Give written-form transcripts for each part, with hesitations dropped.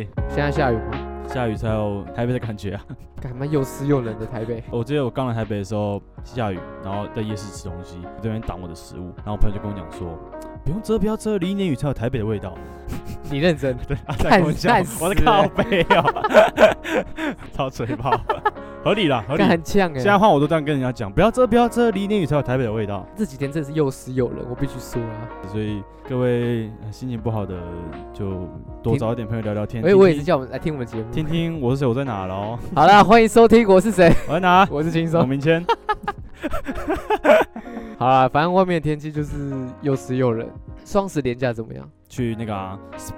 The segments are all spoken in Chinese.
北现在下雨吗？ 下雨才有台北的感觉啊！ 干嘛又湿又冷的台北？ 我记得我刚来台北的时候下雨，然后在夜市吃东西，这边挡我的食物，然后我朋友就跟我讲说，不用遮，不要遮，淋一点雨才有台北的味道。 你认真？ 对，他跟我讲，我在靠背哦，超嘴炮。合理啦，合理。 很呛哎！ 现在换我都这样跟人家讲，不要遮，不要遮，淋一点雨才有台北的味道。 这几天真的是又湿又冷，我必须说啊。 所以各位心情不好的，就多找一点朋友聊聊天。 我也是叫我们来听我们节目， 听听我是谁，我在哪咯。 好啦，欢迎收听我是谁， 我在哪？ 我是轻松， 我明谦。 好啦，反正外面的天气就是又湿又冷。双十连假怎么样？ 去那个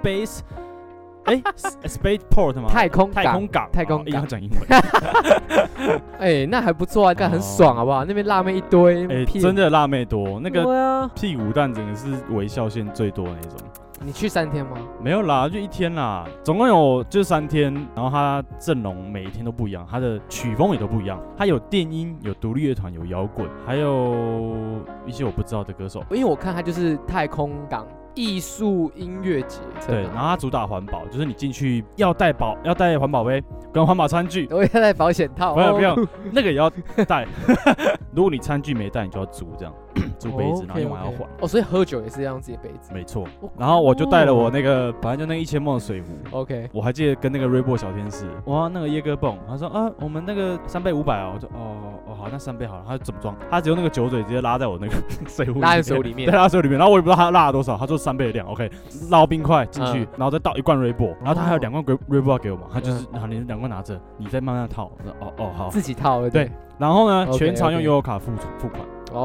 Space。Spaceport 吗？ 太空港，一样讲英文。那还不错啊，干很爽，好不好？那边辣妹一堆， 真的辣妹多，那个屁股蛋整个是微笑线最多的那种。 你去3天吗？ 没有啦，就1天啦，总共有就是3天，然后它阵容每一天都不一样，它的曲风也都不一样，它有电音，有独立乐团，有摇滚，还有一些我不知道的歌手。 因为我看它就是太空港艺术音乐节， 对，然后它主打环保，就是你进去要带环保杯跟环保餐具， 我要带保险套， 不用，那个也要带。如果你餐具没带，你就要租这样，租杯子，然后用完要还。 哦，所以喝酒也是要用自己的杯子。 没错。然后我就带了我那个，反正就那1000ml的水壶。 OK。 我还记得跟那个瑞波小天使，哇，那个椰哥泵，他说我们那个3杯500哦，我就好，那3杯好了，他怎么装？他只用那个酒嘴直接拉在我那个水壶， 拉在水里面， 对，拉在水里面。然后我也不知道他拉了多少，他说3杯的量 ，OK， 捞冰块进去，然后再倒1罐瑞波，然后他还有2罐瑞波要给我嘛，他就是你2罐拿着，你再慢慢套。好， 自己套对。然后呢，全场用悠游卡付款。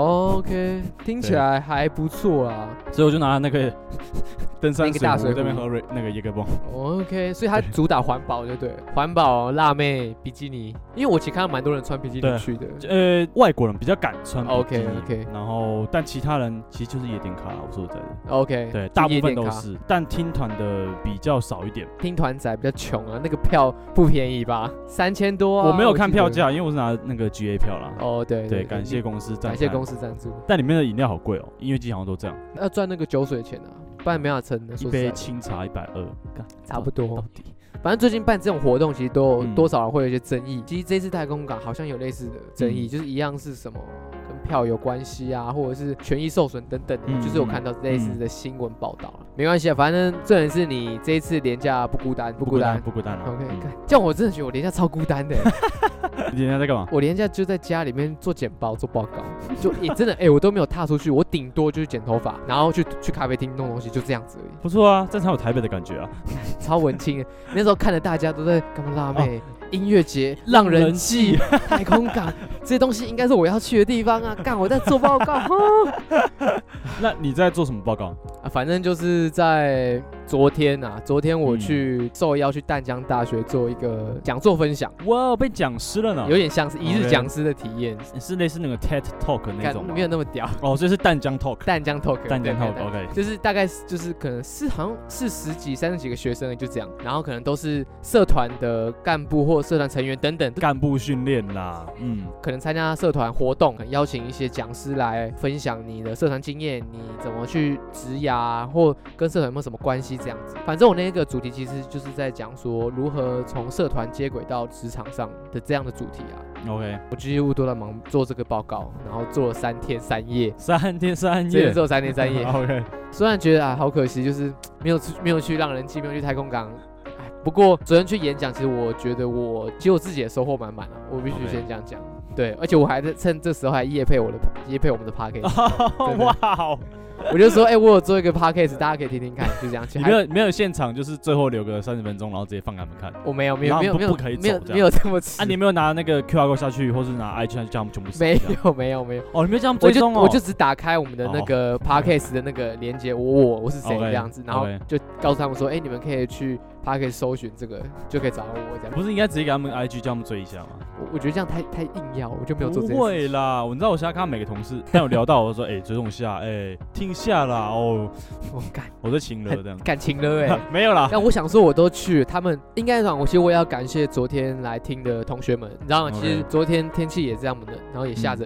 OK， 听起来还不错啊。 所以我就拿那个登山水壶这边喝那个椰哥泵。 OK， 所以它主打环保，就对，环保辣妹比基尼。因为我其实看到蛮多人穿比基尼去的。 外国人比较敢穿比基尼。 OK， 然后但其他人其实就是夜店咖，我说实在的。 OK， 对，大部分都是，但听团的比较少一点。 听团仔比较穷啊，那个票不便宜吧？3000多啊。 我没有看票价，因为我是拿那个 GA 票啦。 对， 感谢公司赞助。 感谢公司赞助。 但里面的饮料好贵哦，音乐季好像都这样。 要赚那个酒水钱啊，不然没法撑的。 一杯清茶120， 差不多。 到底。 反正最近办这种活动，其实都有多少会有一些争议。其实这次太空港好像有类似的争议，就是一样是什么跟票有关系啊，或者是权益受损等等的，就是有看到类似的新闻报道了。没关系啊，反正重点是你这一次连假不孤单啊。OK， 这样我真的觉得我连假超孤单的。 你连假在干嘛？ 我连假就在家里面做简报、做报告，就也真的我都没有踏出去，我顶多就是剪头发，然后去咖啡厅弄东西，就这样子而已。 不错啊，这才有台北的感觉啊， 超文青的。那时候看着大家都在干嘛辣妹。音乐节、浪人祭、太空港这些东西应该是我要去的地方啊！干，我在做报告。 那你在做什么报告啊？反正就是在昨天我去受邀去淡江大学做一个讲座分享。 哇，被讲师了呢， 有点像是一日讲师的体验， 是类似那个 TED Talk 那种吗？ 没有那么屌哦，所以是淡江 Talk。 淡江 Talk，OK， 就是大概就是可能是好像是30几个学生就这样，然后可能都是社团的干部或社团成员等等， 干部训练啦， 可能参加社团活动，可能邀请一些讲师来分享你的社团经验，你怎么去职涯或跟社团有没有什么关系这样子。反正我那个主题其实就是在讲说如何从社团接轨到职场上的这样的主题啊。 OK， 我几乎都在忙做这个报告，然后做了3天3夜， 真的做3天3夜。 OK， 虽然觉得好可惜，就是没有去浪人祭，没有去太空港。不过昨天去演讲，其实我觉得我自己的收获满满啊，我必须先这样讲。对，而且我还在趁这时候还业配我们的 podcast。 哇， 我就说，我有做一个 podcast， 大家可以听听看，就这样。 你没有现场，就是最后留个30分钟，然后直接放给他们看。 我没有，不可以走， 没有这么迟。 啊，你没有拿那个 QR code 下去，或是拿 IG 下去叫他们全部没有。 哦，你没有这样追踪哦。 我就只打开我们的那个 podcast 的那个连接，我是谁这样子，然后就告诉他们说，你们可以去 podcast 搜寻这个，就可以找到我这样。 不是应该直接给他们 IG 叫他们追一下吗？ 我觉得这样太硬要，我就没有做这件事。 不会啦，你知道我现在看每个同事，但有聊到我说，追踪一下，听一下啦，我在情了这样， 感情了没有啦。 但我想说，我都去，他们应该讲，其实我也要感谢昨天来听的同学们，你知道吗？其实昨天天气也这样冷，然后也下着雨，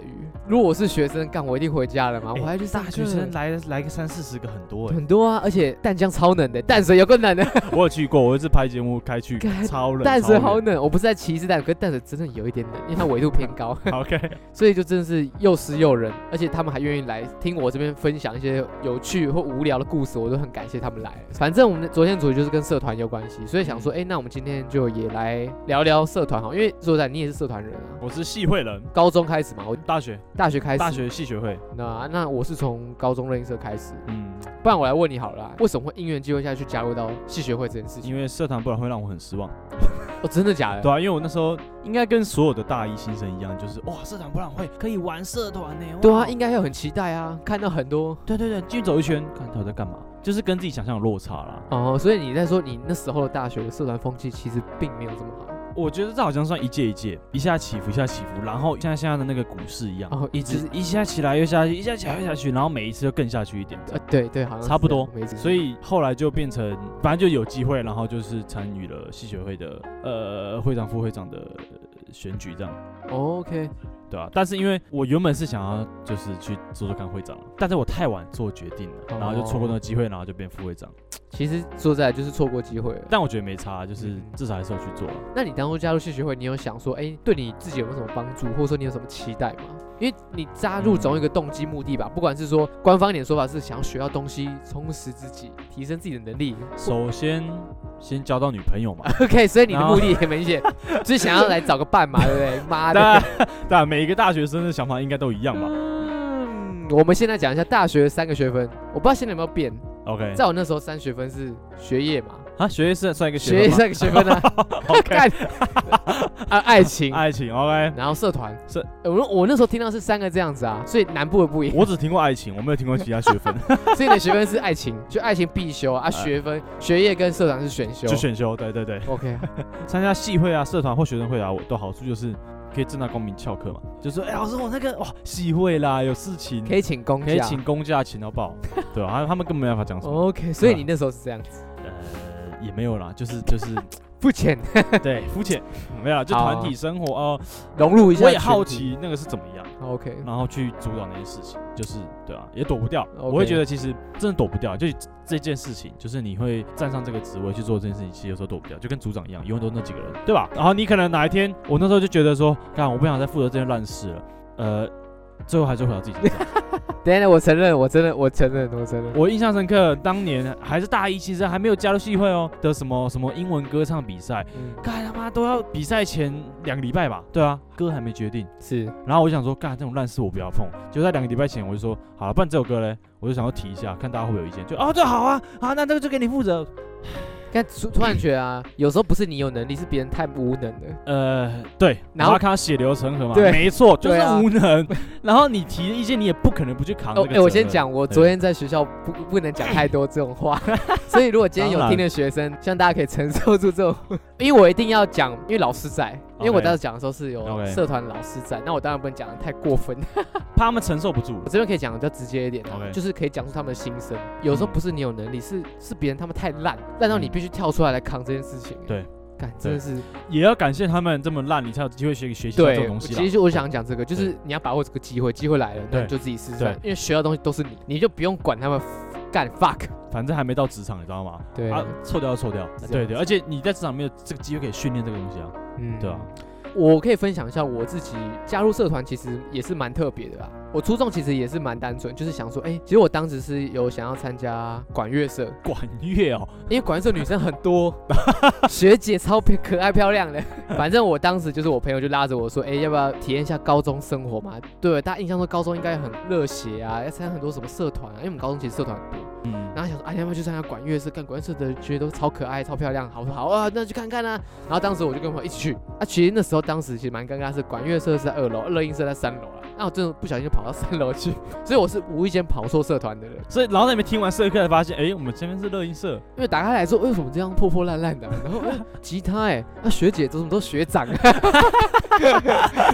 如果我是学生，干我一定回家了嘛，我还去上大学生来个30-40个很多很多啊，而且淡江超冷的，淡水有个冷的。 我有去过，我有一次拍节目开去，超冷。 淡水好冷，我不是在歧视淡水，可是淡水真的有一点冷，因为它纬度偏高。 OK， 所以就真的是又湿又冷，而且他们还愿意来听我这边分享一些有趣或无聊的故事，我都很感谢他们来。反正我们昨天主题就是跟社团有关系，所以想说，那我们今天就也来聊聊社团好，因为说实在你也是社团人啊。 我是系会人， 高中开始嘛，我大学开始， 大学系学会。 那我是从高中热音社开始，不然我来问你好了啦，为什么会因缘际会下去加入到系学会这件事情？ 因为社团不然会让我很失望。 哦，真的假的？ 对啊，因为我那时候应该跟所有的大一新生一样，就是哇，社团不然会可以玩社团呢。 对啊，应该会很期待啊，看到很多。 对，进去走一圈，看他在干嘛，就是跟自己想象有落差啦。 哦，所以你在说你那时候的大学的社团风气其实并没有这么好。 我觉得这好像算一届一届，一下起伏，一下起伏，然后像现在的那个股市一样，就是一下起来又下去，一下起来又下去，然后每一次就更下去一点。 对，好像差不多。所以后来就变成，反正就有机会，然后就是参与了系学会的会长、副会长的选举这样。 OK。 对啊，但是因为我原本是想要就是去做做看会长，但是我太晚做决定了，然后就错过那个机会，然后就变副会长。 其实说实在就是错过机会了， 但我觉得没差，就是至少还是要去做。 那你当初加入系学会，你有想说，对你自己有没有什么帮助，或者说你有什么期待吗？因为你加入总有一个动机目的吧，不管是说官方一点说法是想要学到东西，充实自己，提升自己的能力。 首先交到女朋友嘛。 OK， 所以你的目的也很明显，就是想要来找个伴嘛，对不对？妈的， 对，每一个大学生的想法应该都一样吧。 我们现在讲一下大学3个学分，我不知道现在有没有变。 OK， 在我那时候3学分是学业嘛。 学业是算一个学分吗？ 学业算一个学分啊。 OK， 爱情 OK， 然后社团我那时候听到是3个这样子啊，所以南部的不一样。 我只听过爱情，我没有听过其他学分。 所以你的学分是爱情，就爱情必修啊，学分学业跟社团是选修。 就选修，对。 OK， 参加系会啊、社团或学生会啊，我的好处就是可以正大光明翘课嘛，就说老师我那个系会啦，有事情可以请公假，请到爆，对吧？他们根本没办法讲什么。 OK， 所以你那时候是这样子。 也没有啦，就是肤浅。 对，肤浅，没有啦，就团体生活融入一下。 我也好奇那个是怎么样。 OK， 然后去主导那些事情，就是对啊，也躲不掉。 Okay， 我会觉得其实真的躲不掉，就这件事情，就是你会站上这个职位去做这件事情，其实有时候躲不掉，就跟组长一样，永远都那几个人，对吧？然后你可能哪一天，我那时候就觉得说，干，我不想再负责这件烂事了，最后还是回到自己身上。 等一下，我承认。 我印象深刻，当年还是大一，其实还没有加入系会的什么英文歌唱比赛，干他妈都要比赛前2个礼拜吧？对啊，歌还没决定。 是。 然后我就想说，干这种烂事我不要碰。就在2个礼拜前，我就说，好了，不然这首歌嘞，我就想要提一下，看大家会不会有意见。就对，好啊，好，那这个就给你负责。 但突然觉得啊，有时候不是你有能力，是别人太无能了。 对， 然后看他血流成河嘛， 对， 没错，就是无能。然后你提的意见，你也不可能不去扛这个责任。 我先讲，我昨天在学校不能讲太多这种话，所以如果今天有听的学生，希望大家可以承受住这种，因为我一定要讲，因为老师在。因为我当时讲的时候是有社团老师在，那我当然不能讲得太过分， 怕他们承受不住。 我这边可以讲的比较直接一点，就是可以讲出他们的心声。有时候不是你有能力，是别人他们太烂到你必须跳出来扛这件事情。 对， 真的是也要感谢他们这么烂，你才有机会学习到这种东西。 其实我想讲这个，就是你要把握这个机会，机会来了，那你就自己试试。因为学到东西都是你就不用管他们干 fuck。 反正还没到职场，你知道吗？ 对臭掉就臭掉。对，而且你在职场没有这个机会可以训练这个东西啊。对啊。 我可以分享一下我自己加入社团，其实也是蛮特别的啦。我初衷其实也是蛮单纯，就是想说，其实我当时是有想要参加管乐社。 管乐哦， 因为管乐社女生很多，学姐超可爱漂亮的。反正我当时就是我朋友就拉着我说，要不要体验一下高中生活嘛？对，大家印象中高中应该很热血啊，要参加很多什么社团啊，因为我们高中其实社团很多。然后想说，要不要去参加管乐社？干管乐社的学姐都超可爱、超漂亮。好，说好啊，那去看看啊。然后当时我就跟朋友一起去。其实那时候当时其实蛮尴尬，是管乐社是在2楼，热音社在3楼啦。那我真的不小心就跑到3楼去，所以我是无意间跑错社团的人。 所以然后在那边听完社课才发现，我们这边是热音社。 因为打开来说，为什么这样破破烂烂的？然后吉他那学姐怎么都学长？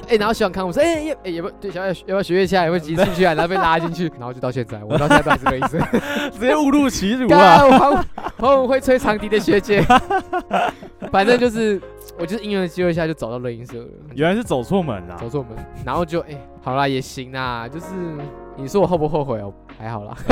然后小康我说要不要对要不要学乐器啊，有没有挤进去啊，然后被拉进去，然后就到现在，我到现在都还是乐音社， 直接误入歧途啊！ 我会吹长笛的学姐，反正就是我就是因缘机会下就走到乐音社了。 原来是走错门啊！ 走错门，然后就好啦也行啦，就是你说我后不后悔哦？还好啦，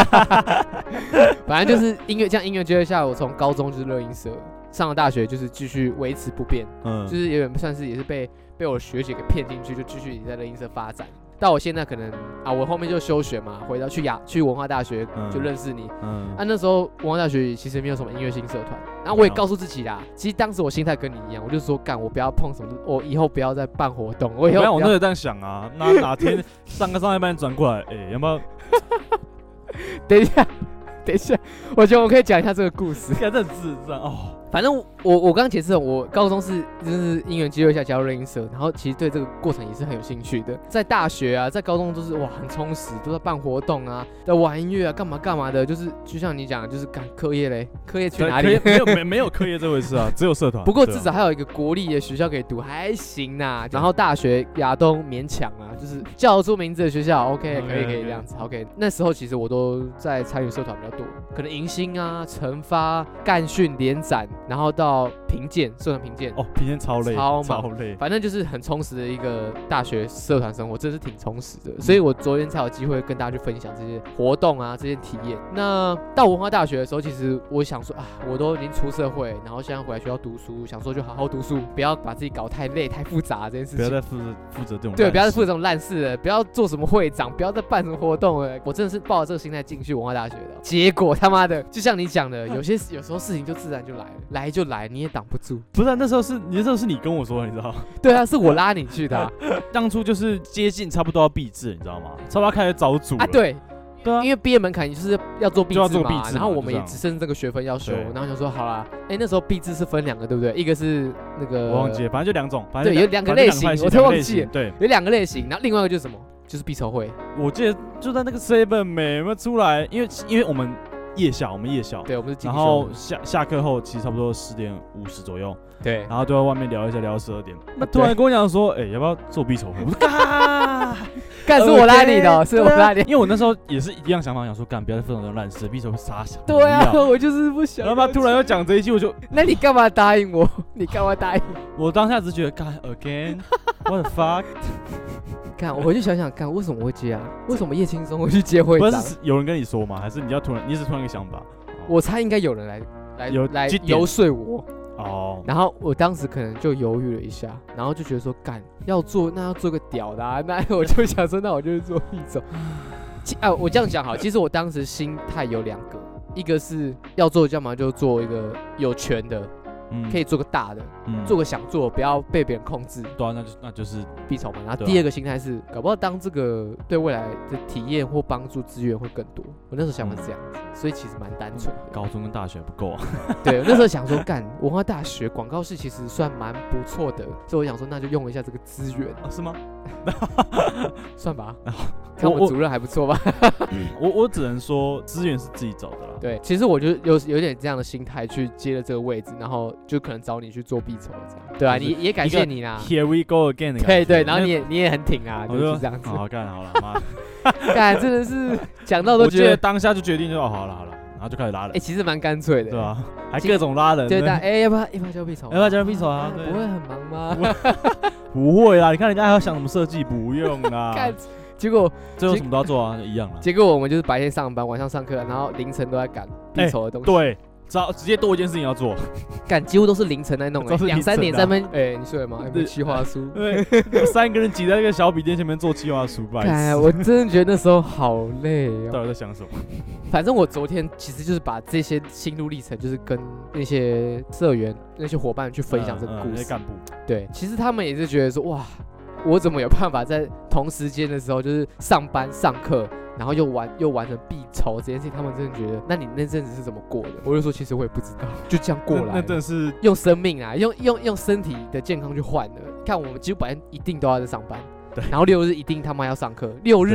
反正就是这样音乐机会下，我从高中就是乐音社，上了大学就是继续维持不变，就是有点算是也是被我学姐给骗进去，就继续在乐音社发展。到我现在可能我后面就休学嘛，回到去文化大学就认识你。那时候文化大学其实没有什么音乐性社团，然后我也告诉自己啦，其实当时我心态跟你一样，我就说干，我不要碰什么，我以后不要再办活动。我那时候这样想啊，哪天上一班转过来，要不要？ 等一下，我觉得我可以讲一下这个故事。 真的智障哦。 反正我刚刚解释了，我高中就是因缘机会下加入乐音社，然后其实对这个过程也是很有兴趣的。在大学啊，在高中都是很充实，都在办活动啊，在玩音乐啊，干嘛的，就像你讲的，就是干课业嘞，课业去哪里？ 没有课业这回事啊，只有社团。 不过至少还有一个国立的学校可以读，还行呐。然后大学亚东勉强啊，就是叫得出名字的学校 ，OK， 可以这样子 ，OK。那时候其实我都在参与社团比较多，可能迎新啊、惩罚、干训、联展。然后到评鉴，社团评鉴评鉴超累， 超累，反正就是很充实的一个大学社团生活，真的是挺充实的。所以我昨天才有机会跟大家去分享这些活动啊，这些体验。那到文化大学的时候，其实我想说我都已经出社会，然后现在回来学校读书，想说就好好读书，不要把自己搞太累、太复杂这件事情。 不要再负责这种对，不要再负责这种烂事了，不要做什么会长，不要再办什么活动了。我真的是抱着这个心态进去文化大学的，结果他妈的，就像你讲的，有时候事情就自然就来了。来就来，你也挡不住。 不是、那时候是你跟我说的，你知道吗？ 对啊，是我拉你去的、 当初就是接近差不多要毕制，你知道吗？差不多要开始找组了。 对啊， 因为毕业门槛你就是要做毕制嘛，然后我们也只剩这个学分要修，然后想说好啦，那时候毕制是分2个，对不对？一个是那个我忘记了，反正就2种， 对，有2个类型，我都忘记了， 对， 有2个类型，然后另外一个就是什么？就是毕筹会。 我记得就在那个 7 没有出来，因为我们夜校， 对，我们是进修， 然后下课后其实差不多10点50左右， 对， 然后就在外面聊一下，聊到12点。那突然跟我讲说，要不要做毕筹会？我说干，是我拉你的，是我拉你， 因为我那时候也是一样想法，想说干，不要再分这种烂事，毕筹会傻小。 对啊，我就是不想。 然后他突然又讲这一句，我就， 那你干嘛答应我？ 我当下只觉得干 again，what the fuck。 看，我回去想想看，为什么会接啊？为什么叶青松会去接会长？ 不是有人跟你说吗？还是你是突然一个想法？ 我猜应该有人来游说我哦。 然后我当时可能就犹豫了一下，然后就觉得说，干要做个屌的啊！那我就想说，那我就去做毕筹。我这样讲好，其实我当时心态有2个，一个是要做，要么就做一个有权的。可以做个大的，做个想做，不要被别人控制。 对啊，那就是毕筹嘛。然后第2个心态是，搞不好当这个对未来的体验或帮助资源会更多。我那时候想法是这样子，所以其实蛮单纯的。 高中跟大学不够啊。 对，我那时候想说，干文化大学广告系其实算蛮不错的，所以我想说，那就用一下这个资源。 是吗？ 算吧。看我主任还不错吧？ 我只能说资源是自己找的啦。 对，其实我就有点这样的心态去接了这个位置，然后就可能找你去做毕筹这样。对啊，你也感谢你啦。 Here we go again 的感觉。 对，然后你也很挺啊，就是这样子。 好干好了，妈。 干真的是讲到都觉得当下就决定就好了，然后就开始拉人。 其实蛮干脆的， 对吧？还各种拉人。 对的，要不要交毕筹？ 要不要交毕筹啊？ 不会很忙吗？ 不会啦，你看人家还要想什么设计，不用啦。 结果最后什么都要做啊，一样啦。 结果我们就是白天上班，晚上上课，然后凌晨都在赶毕筹的东西。 对，直接多一件事情要做， 赶几乎都是凌晨在弄，2、3点在那边。你睡了吗？有没有企划书？ 对，3个人挤在那个小笔电前面做企划书， 我真的觉得那时候好累哦。 到底在想什么？ 反正我昨天其实就是把这些心路历程，就是跟那些社员、那些伙伴去分享这个故事。 干部。对， 其实他们也是觉得说，哇。我怎么有办法在同时间的时候，就是上班上课，然后又完成毕筹这件事情？他们真的觉得，那你那阵子是怎么过的？我就说，其实我也不知道，就这样过来。 那真的是用生命啊，用身体的健康去换的。看我们几乎100%一定都要在上班， 对， 然后6日一定他妈要上课，6日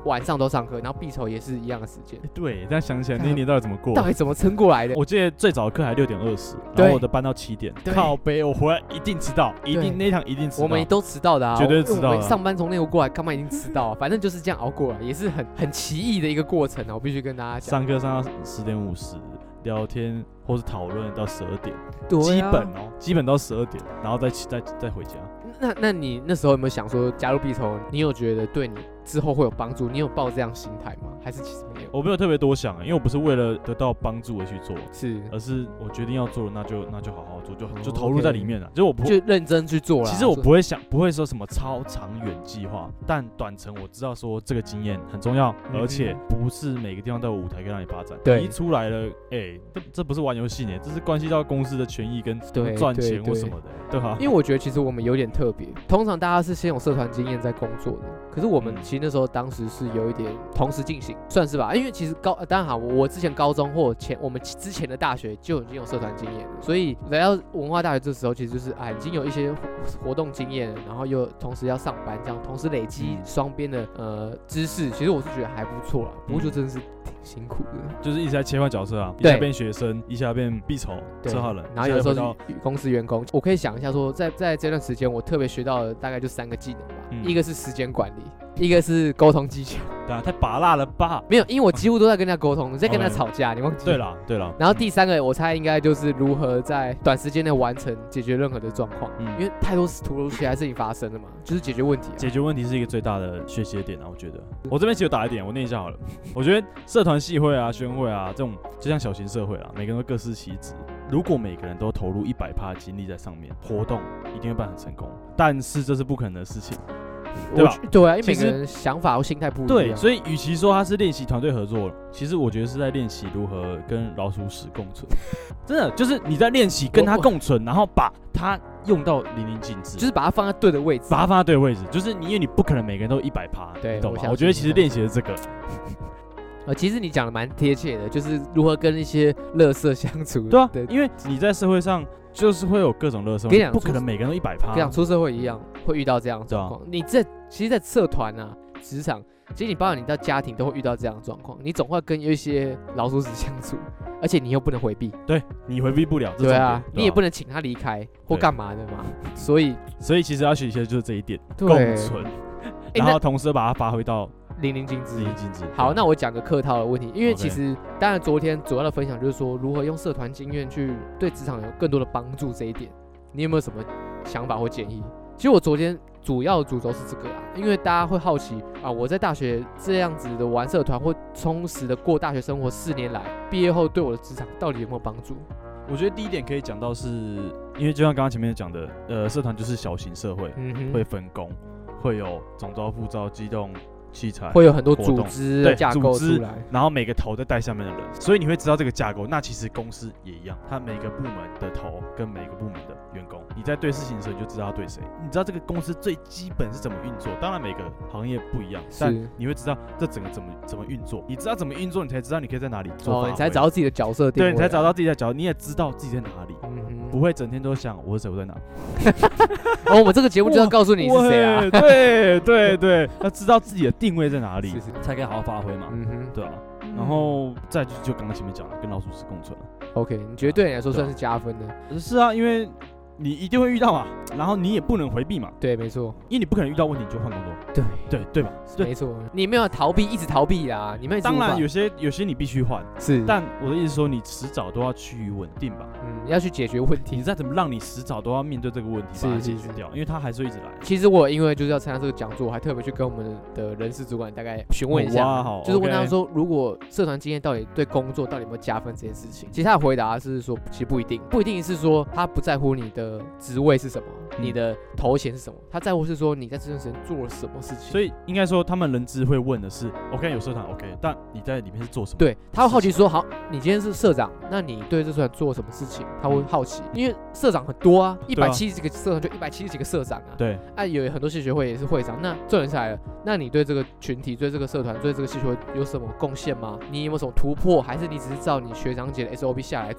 晚上都上课，然后必筹也是一样的时间。 对，这样想起来那一年到底怎么过？ 到底怎么撑过来的？ 我记得最早的课还6:20，然后我的班到7点，靠北，我回来一定迟到，一定那一堂一定迟到。 我们都迟到的啊， 绝对迟到。 我们上班从内湖过来，干嘛一定迟到啊？反正就是这样熬过来，也是很奇异的一个过程啊！我必须跟大家讲。 上课上到10:50，聊天或是讨论到12点， 对啊， 基本到12点，然后再回家。 那你那时候有没有想说加入必筹？你有觉得对你之后会有帮助？你有抱这样心态吗？还是其实没有？ 我没有特别多想，因为我不是为了得到帮助而去做，而是我决定要做了，那就好好做，就投入在里面了。就我不就认真去做了。 其实我不会说什么超长远计划，但短程我知道说这个经验很重要，而且不是每个地方都有舞台可以让你发展。 对， 一出来了，这不是玩游戏呢，这是关系到公司的权益跟赚钱或什么的，对吧？ 因为我觉得其实我们有点特别，通常大家是先有社团经验再工作的，可是我们其实那时候当时是有一点同时进行，算是吧。因为其实当然好，我之前高中或我们之前的大学就已经有社团经验了，所以来到文化大学这时候，其实就是已经有一些活动经验，然后又同时要上班，这样同时累积双边的知识，其实我是觉得还不错啦。不过就真的是挺辛苦的， 就是一直在切换角色啊，一下变学生，一下变必筹策划人， 然后有时候是公司员工。我可以想一下说，在这段时间，我特别学到的大概就3个技能吧，一个是时间管理，一个是沟通技巧。 对啊，太拔辣了吧？ 没有，因为我几乎都在跟人家沟通，在跟他吵架，你忘记了？ 对了。 然后第3个，我猜应该就是如何在短时间内完成解决任何的状况，因为太多突如其来的事情发生了嘛，就是解决问题。 解决问题是一个最大的学习的点啊，我觉得。我这边其实有打一点，我念一下好了。我觉得社团系会啊、宣会啊这种，就像小型社会啦，每个人都各司其职。如果每个人都投入100%的精力在上面，活动一定会办很成功。但是这是不可能的事情。对吧？ 对啊，因为每个人想法和心态不一样。 对，所以与其说他是练习团队合作，其实我觉得是在练习如何跟老鼠屎共存。真的，就是你在练习跟他共存，然后把它用到淋漓尽致， 就是把它放在对的位置。 把它放在对的位置，就是因为你不可能每个人都100%， 对， 懂吗？我觉得其实练习的这个。 其实你讲的蛮贴切的，就是如何跟一些垃圾相处。 对啊，因为你在社会上就是会有各种垃圾， 跟你讲不可能每个人都100%。 跟你讲，出社会一样会遇到这样的状况。其实，在社团啊、职场，其实你包括你到家庭都会遇到这样的状况。你总会跟一些老鼠屎相处，而且你又不能回避。 对，你回避不了。 对啊，你也不能请他离开或干嘛的嘛。所以其实要学习的就是这一点，共存，然后同时把它发挥到淋漓尽致。 好， 那我讲个客套的问题，因为其实当然昨天主要的分享就是说如何用社团经验去对职场有更多的帮助这一点，你有没有什么想法或建议？其实我昨天主要的主轴是这个啦，因为大家会好奇啊，我在大学这样子的玩社团或充实的过大学生活4年来，毕业后对我的职场到底有没有帮助？ 我觉得第一点可以讲到是，因为就像刚刚前面讲的，社团就是小型社会，会分工，会有总召、副召、机动器材， 会有很多组织的架构出来， 然后每个头在带下面的人，所以你会知道这个架构。那其实公司也一样，它每个部门的头跟每个部门的员工，你在对事情的时候你就知道要对谁，你知道这个公司最基本是怎么运作。当然每个行业不一样，但你会知道这整个怎么运作。你知道怎么运作，你才知道你可以在哪里做发挥， 你才找到自己的角色定位， 对，你才找到自己的角色，你也知道自己在哪里，不会整天都想我是谁，我在哪。 我们这个节目就要告诉你是谁啊？ 对，要知道自己的定位在哪里，才可以好好发挥嘛。对啊。然后再就刚刚前面讲了，跟老鼠屎共存了。 OK， 你觉得对你来说算是加分的？ 是啊，因为你一定会遇到嘛，然后你也不能回避嘛。 对，没错， 因为你不可能遇到问题你就换工作。对吧？ 没错，你没有逃避，一直逃避啦。你们当然有些你必须换， 是， 但我的意思说，你迟早都要趋于稳定吧。 要去解决问题。 你再怎么让你迟早都要面对这个问题，把它解决掉，因为它还是会一直来。 其实我因为就是要参加这个讲座，我还特别去跟我们的人事主管大概询问一下，就是问他说，如果社团经验到底对工作到底有没有加分这件事情。其实他的回答是说，其实不一定是说他不在乎你的职位是什么，你的头衔是什么，他在乎是说你在这段时间做了什么事情。 所以应该说，他们人资会问的是 ，OK 有社团 OK， 但你在里面是做什么？ 对，他会好奇说，好，你今天是社长，那你对这社团做什么事情？他会好奇，因为社长很多啊，170几个社团就170几个社长啊。 对， 有很多系学会也是会长。那重点是来了，那你对这个群体、对这个社团、对这个系学会有什么贡献吗？你有没有什么突破？还是你只是照你学长姐的 SOP 下来做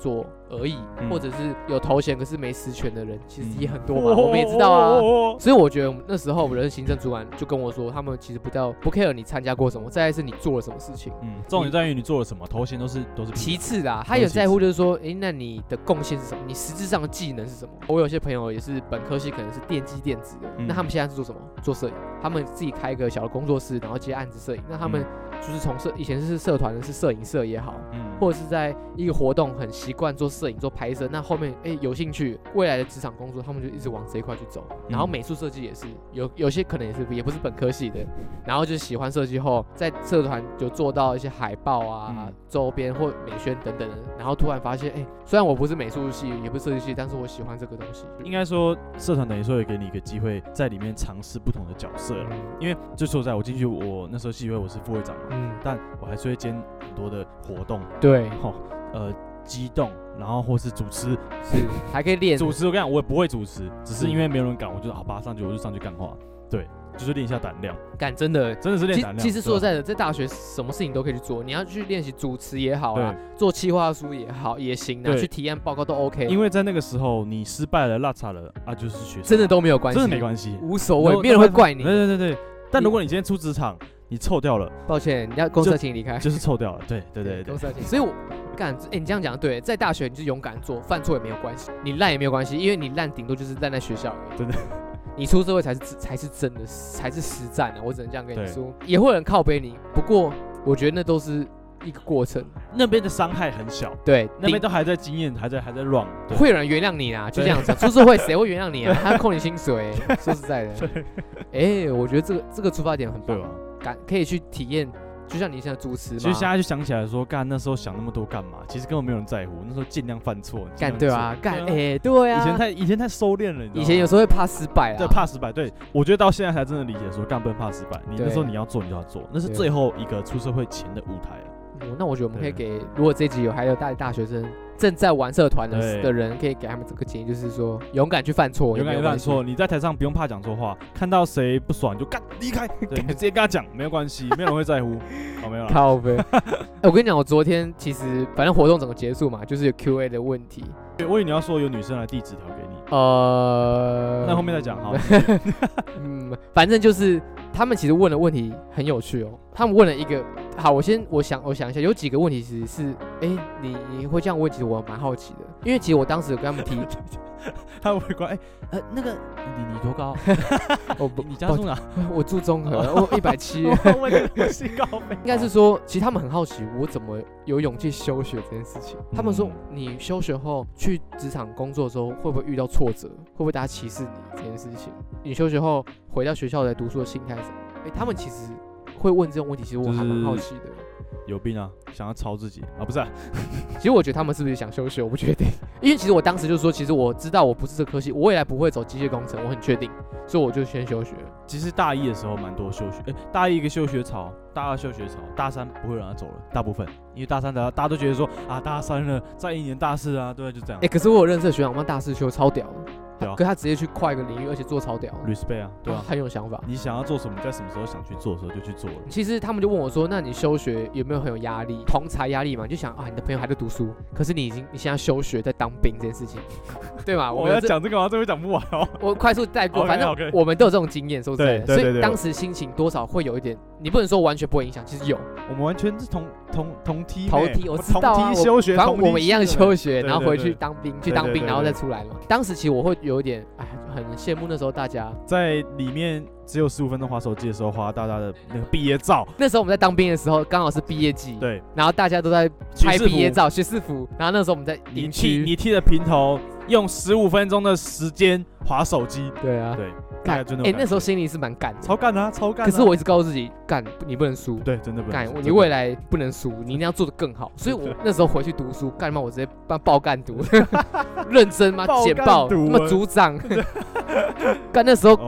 而已，或者是有头衔可是没实权的人，其实也很多嘛，我们也知道啊。所以我觉得那时候我们的行政主管就跟我说，他们其实不 care 你参加过什么，再来是你做了什么事情。 重点在于你做了什么，头衔都是其次啦。他有在乎就是说，那你的贡献是什么？你实质上的技能是什么？我有些朋友也是本科系，可能是电机电子的，那他们现在是做什么？做摄影，他们自己开一个小的工作室，然后接案子摄影。那他们就是从以前是社团的是摄影社也好，或者是在一个活动很习惯做摄影做拍摄，那后面有兴趣未来的职场工作，他们就一直往这一块去走。然后美术设计也是有些可能也不是本科系的，然后就是喜欢设计后，在社团就做到一些海报啊、周边或美宣等等的，然后突然发现，虽然我不是美术系，也不是设计系，但是我喜欢这个东西。 应该说，社团等于说也给你一个机会，在里面尝试不同的角色。因为就说在我进去，我那时候系会我是副会长嘛，但我还是会兼很多的活动。 对， 激动，然后或是主持， 是还可以练主持。我跟你讲，我也不会主持，只是因为没有人赶，我就好吧，我就上去干话。对，就是练一下胆量。 干真的是练胆量。 其实说实在的，在大学什么事情都可以去做，你要去练习主持也好啦，做企划书也好也行啊，去提案报告都 OK。 因为在那个时候，你失败了、落差了啊，就是学生， 真的都没有关系， 真的没关系， 无所谓，没有人会怪你。 对。但如果你今天出职场，你臭掉了， 抱歉，你要公司请你离开， 就是臭掉了。对， 公司请。所以我你这样讲对，在大学你就勇敢做，犯错也没有关系，你烂也没有关系，因为你烂顶多就是烂在学校而已。真的，你出社会才是真的，才是实战啊！我只能这样跟你说，也会有人靠背你，不过我觉得那都是一个过程， 那边的伤害很小， 对， 那边都还在经验，还在 run， 会有人原谅你啊，就这样子。出社会谁会原谅你啊？他要扣你薪水，说实在的，我觉得这个出发点很棒，可以去体验。就像你现在主持嘛， 其实现在就想起来说，干那时候想那么多干嘛？其实根本没有人在乎，那时候尽量犯错， 对啊，对啊， 以前太收敛了， 以前有时候会怕失败啊， 对，怕失败，对，我觉得到现在才真的理解说，干不能怕失败，你那时候你要做你就要做，那是最后一个出社会前的舞台了。 那我觉得我们可以给，如果这一集还有大学生正在玩社团的人，可以给他们这个建议，就是说勇敢去犯错， 勇敢去犯错。你在台上不用怕讲错话，看到谁不爽你就干离开，对，你就直接跟他讲，没有关系，没有人会在乎。好，没有了。 靠背。我跟你讲，我昨天其实反正活动整个结束嘛，就是有 Q&A 的问题。 我以为你要说有女生来递纸条给你。那后面再讲好。 反正就是他们其实问的问题很有趣哦。他们问了一个，好，我想一下，有几个问题其实是，你会这样问，其实我蛮好奇的，因为其实我当时有跟他们提。 他会关那个你多高？你家住哪？ 我住中和，我170。应该是说，其实他们很好奇我怎么有勇气休学这件事情。他们说，你休学后去职场工作的时候，会不会遇到挫折？会不会大家歧视你这件事情？你休学后回到学校来读书的心态是什么？他们其实会问这种问题，其实我还蛮好奇的。 有病啊！想要抄自己啊？不是啊。 其实我觉得他们是不是想休学，我不确定。因为其实我当时就说，其实我知道我不是这科系，我未来不会走机械工程，我很确定，所以我就先休学了。 其实大一的时候蛮多休学，大一一个休学潮，大二休学潮，大三不会让他走了，大部分，因为大三的大家都觉得说啊，大三了，再一年大四啊，对，就这样。 可是我有认识的学长，我们大四休超屌的。 对啊， 可他直接去跨一个领域，而且做超屌 ，respect 啊，对啊， 很有想法。 你想要做什么，在什么时候想去做的时候就去做了。 其实他们就问我说：“那你休学有没有很有压力？同侪压力嘛？”你就想啊，你的朋友还在读书，可是你现在休学在当兵这件事情，对吗？ 我要讲这个吗？这会讲不完哦。 我快速带过，反正我们都有这种经验，说实在的，所以当时心情多少会有一点，你不能说完全不会影响，其实有。 我们完全是同梯， 我知道啊， 休学， 反正我们一样休学，然后回去当兵，然后再出来嘛。当时其实我会有一点，很羡慕那时候大家在里面只有15分钟滑手机的时候，滑大家的那个毕业照。 那时候我们在当兵的时候，刚好是毕业季， 对， 然后大家都在拍毕业照，学士服。然后那时候我们在营区， 你剃了平头，用15分钟的时间滑手机。 对啊， 对。 那时候心里是蛮干的， 超干啊，超干。 可是我一直告诉自己，干你不能输， 对，真的不能输。 你未来不能输，你一定要做得更好。所以我那时候回去读书，干嘛我直接爆干读，认真吗？简报，什么组长，干那时候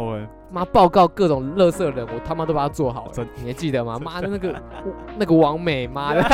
妈报告各种垃圾人，我他妈都把它做好了。你还记得吗？妈的那个王美，妈的。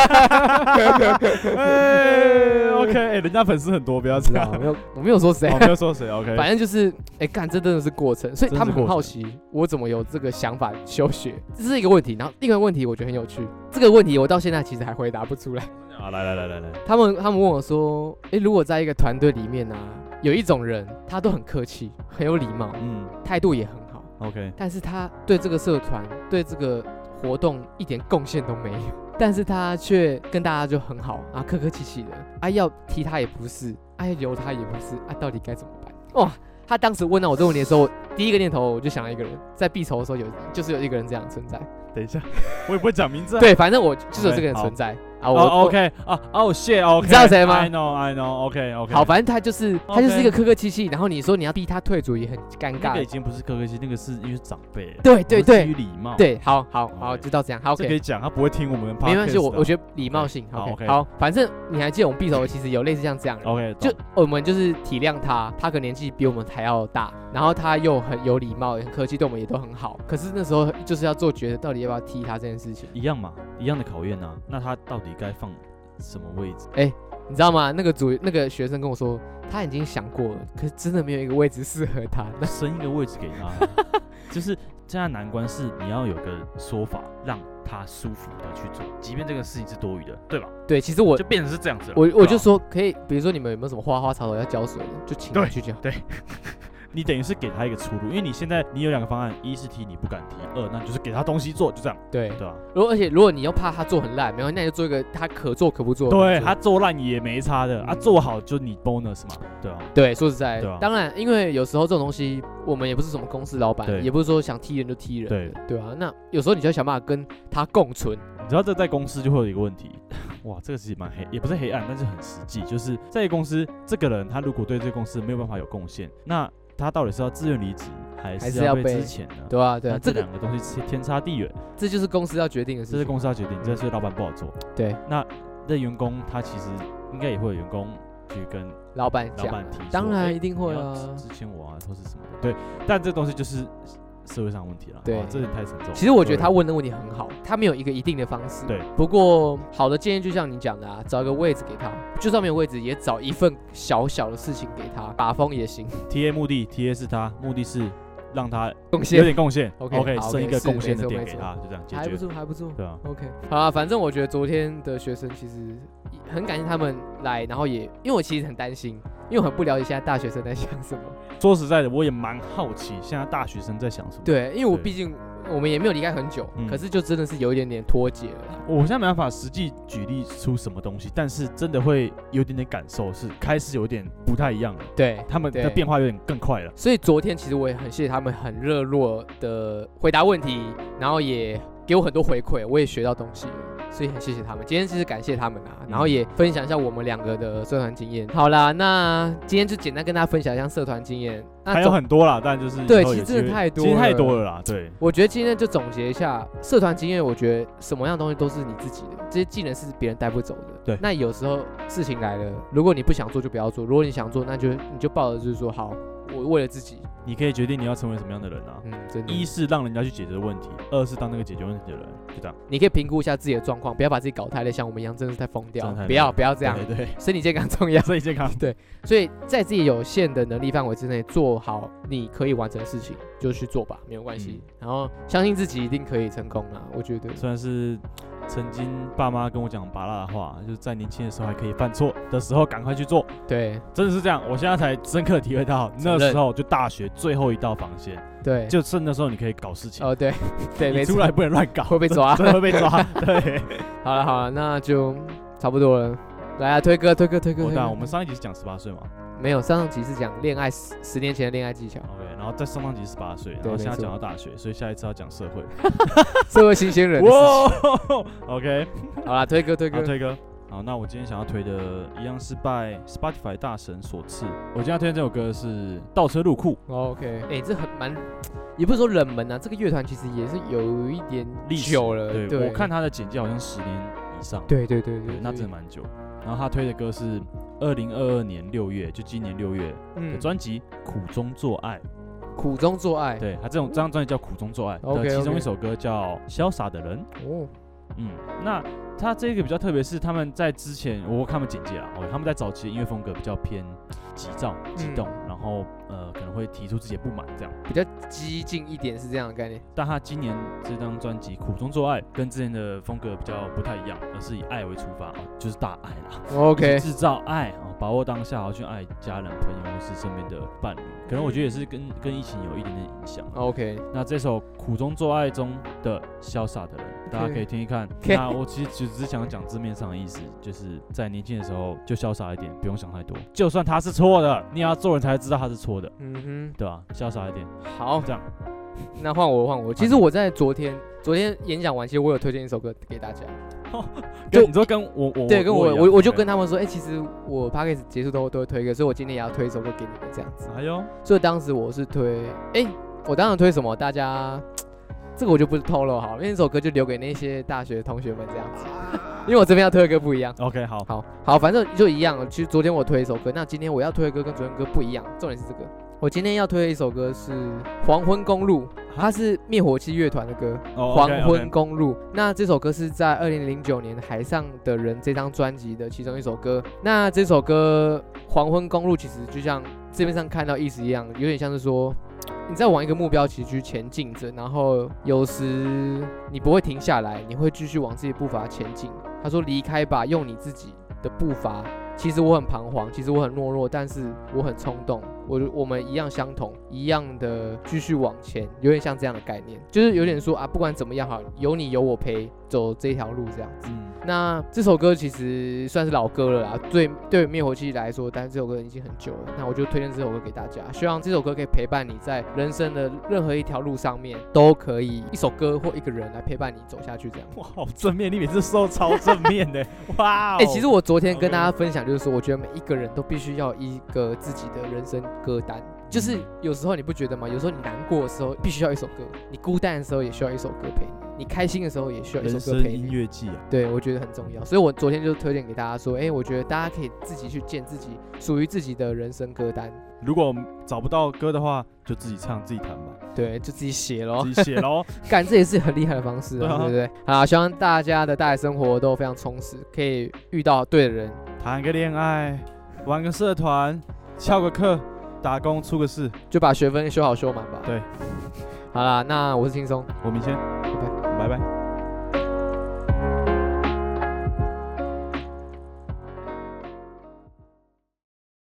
OK， 人家粉丝很多，不要这样。 我没有说谁， 没有说谁。OK， 反正就是干，这真的是过程，所以他们很好奇我怎么有这个想法休学，这是一个问题。然后另外一个问题我觉得很有趣，这个问题我到现在其实还回答不出来。 来， 他们问我说，如果在一个团队里面啊，有一种人，他都很客气，很有礼貌，态度也很好 ，OK， 但是他对这个社团、对这个活动一点贡献都没有，但是他却跟大家就很好啊，客客气气的啊，要提他也不是，啊，要留他也不是啊，到底该怎么办？哇！他当时问到我这个问题的时候，第一个念头我就想到一个人，在必筹的时候就是有一个人这样存在。 等一下，我也不会讲名字。 对，反正我就是有这个人存在。 OK 啊，shit，OK， 你知道谁吗 ？I know，OK。 好，反正他就是一个客客气气，然后你说你要逼他退组也很尴尬。 那个已经不是客客气，那个是因为长辈。 对，基于礼貌。 对，好，知道这样。好， 这可以讲，他不会听我们的 podcast。 没关系，我觉得礼貌性。OK， 好，反正你还记得我们必筹其实有类似像这样的。 OK， 就我们就是体谅他可能年纪比我们还要大，然后他又很有礼貌，很客气，对我们也都很好。可是那时候就是要做抉择，到底要不要踢他这件事情。 一样嘛，一样的考验啊。那他到底该放什么位置？ 你知道吗？那个学生跟我说，他已经想过了，可是真的没有一个位置适合他。 那升一个位置给他，就是现在难关是你要有个说法，让他舒服的去做，即便这个事情是多余的，对吧？ 对，其实我就变成是这样子了。 我就说可以，比如说你们有没有什么花花草草要浇水的，就请他去浇。 对。你等于是给他一个出路，因为你现在你有2个方案，一是踢你不敢踢，2那就是给他东西做，就这样。 对吧？ 而且如果你又怕他做很烂，没关系，那你就做一个他可做可不做。 对，他做烂也没差的，做好就你 bonus 嘛，对吧？ 对，说实在， 对啊， 当然，因为有时候这种东西，我们也不是什么公司老板，也不是说想踢人就踢人，对啊。那有时候你就要想办法跟他共存。 你知道这在公司就会有一个问题，哇，这个其实蛮黑，也不是黑暗，但是很实际，就是在一个公司，这个人他如果对这个公司没有办法有贡献，那他到底是要自愿离职，还是要被资遣呢？ 对啊， 这2个东西天差地远。 这就是公司要决定的事情。 这是公司要决定，这是老板不好做。 对， 那员工他其实应该也会有员工去跟老板提，当然一定会啊， 之前我啊或是什么的。对，但这东西就是社会上的问题了。 对， 这太沉重。 其实我觉得他问的问题很好，他没有一个一定的方式。 对， 不过好的建议就像你讲的啊，找一个位置给他，就算没有位置，也找一份小小的事情给他，打风也行。 TA 目的 TA 是他，目的是让他有点贡献。OK， 好剩一个贡献的点给他，就这样解决。 还不错。 对啊。 OK， 好啊，反正我觉得昨天的学生其实很感谢他们来，然后也因为我其实很担心，因为我很不了解现在大学生在想什么。 说实在的，我也蛮好奇现在大学生在想什么。 对，因为我毕竟我们也没有离开很久，可是就真的是有一点点脱节了。 我现在没办法实际举例出什么东西，但是真的会有点点感受，是开始有点不太一样了。 对， 他们的变化有点更快了。 所以昨天其实我也很谢谢他们很热络的回答问题，然后也给我很多回馈，我也学到东西了。所以很谢谢他们，今天其实感谢他们啦，然后也分享一下我们2个的社团经验。好啦，那今天就简单跟大家分享一下社团经验， 还有很多啦，但就是对，其实真的太多了， 其实太多了啦。对， 我觉得今天就总结一下社团经验，我觉得什么样的东西都是你自己的，这些技能是别人带不走的。 对， 那有时候事情来了，如果你不想做就不要做，如果你想做，那你就抱着就是说好。我为了自己， 你可以决定你要成为什么样的人啊。 真的。 一是让人家去解决问题，2是当那个解决问题的人，就这样。 你可以评估一下自己的状况，不要把自己搞太累，像我们一样，真的是太疯掉了。不要这样。 对， 身体健康重要。 身体健康。 对，所以在自己有限的能力范围之内，做好你可以完成的事情，就去做吧，没有关系。然后相信自己一定可以成功啦，我觉得。 虽然是曾经爸妈跟我讲拔辣的话，就是在年轻的时候还可以犯错的时候，赶快去做。 对， 真的是这样。我现在才深刻体会到，那时候就大学最后一道防线。 对， 就剩那时候你可以搞事情。 对， 你出来不能乱搞， 会被抓， 真的会被抓。对， 好了，那就差不多了。来啊，推歌。 我们上一集是讲18岁吗？ 没有，上集是讲恋爱10年前的恋爱技巧。 OK， 然后在上集18岁，然后现在讲到大学，所以下一次要讲社会， 社会新鲜人的事情。OK， 好啦，推歌。 好，那我今天想要推的一样是拜 Spotify 大神所赐。我今天要推荐这首歌是《倒车入库》。 OK， 这也不是说冷门啊，这个乐团其实也是有一点久了。 对，我看他的简介好像10年以上。 对， 那真的蛮久。然后他推的歌是2022年6月，就今年6月的专辑《苦中作爱》。 苦中作爱， 对，他这张专辑叫《苦中作爱》 ，OK， 其中一首歌叫《潇洒的人》。 哦， 那他这个比较特别，是他们在之前我看他们简介啦，他们在早期的音乐风格比较偏急躁、激动，然后可能会提出自己的不满，这样比较激进一点是这样的概念。 但他今年这张专辑《苦中作爱》跟之前的风格比较不太一样，而是以爱为出发，就是大爱啦。 OK， 制造爱把握当下，好去爱家人、朋友或是身边的伴侣。可能我觉得也是跟疫情有一点点影响。 OK， 那这首《苦中作爱》中的潇洒的人，大家可以听一看。那我其实只是想讲字面上的意思，就是在年轻的时候就潇洒一点，不用想太多。就算他是错的，你也要做人才知道他是错的，对吧？潇洒一点。 好， 这样。 那换我。其实我在昨天演讲完，其实我有推荐一首歌给大家。 你说跟我对，跟我就跟他们说，其实我 podcast 结束都会推歌，所以我今天也要推一首歌给你们这样子。 哎呦， 所以当时我是推，我当时推什么？大家这个我就不透露好了，因为这首歌就留给那些大学同学们这样子。因为我这边要推的歌不一样。 OK， 好，反正就一样。其实昨天我推一首歌，那今天我要推的歌跟昨天歌不一样，重点是这个。我今天要推的一首歌是《黄昏公路》，它是灭火器乐团的歌，黄昏公路》。那这首歌是在2009年《海上的人》这张专辑的其中一首歌。那这首歌《黄昏公路》其实就像字面上看到意思一样，有点像是说你在往一个目标其实去前进着，然后有时你不会停下来，你会继续往自己的步伐前进。他说：“离开吧，用你自己的步伐。其实我很彷徨，其实我很懦弱，但是我很冲动。我们一样相同，一样的继续往前，有点像这样的概念，就是有点说不管怎么样好，有你有我陪走这条路这样子。那这首歌其实算是老歌了啦，对灭火器来说，但是这首歌已经很久了。那我就推荐这首歌给大家，希望这首歌可以陪伴你在人生的任何一条路上面，都可以一首歌或一个人来陪伴你走下去这样。 哇，好正面，你每次说超正面的，哇！ 其实我昨天跟大家分享就是说，我觉得每一个人都必须要一个自己的人生歌单。就是有时候你不觉得吗？有时候你难过的时候必须要一首歌，你孤单的时候也需要一首歌陪你，你开心的时候也需要一首歌陪你。 人生音乐季啊， 对，我觉得很重要。所以我昨天就推荐给大家说，我觉得大家可以自己去建自己属于自己的人生歌单。 如果找不到歌的话，就自己唱自己弹吧。 对，就自己写咯。 自己写咯。 干，这也是很厉害的方式，对不对？好，希望大家的大学生活都非常充实，可以遇到对的人， 谈个恋爱，玩个社团，翘个课。打工出个事， 就把学分修好修满吧。 对， 好啦，那我是轻松， 我明谦， 拜拜。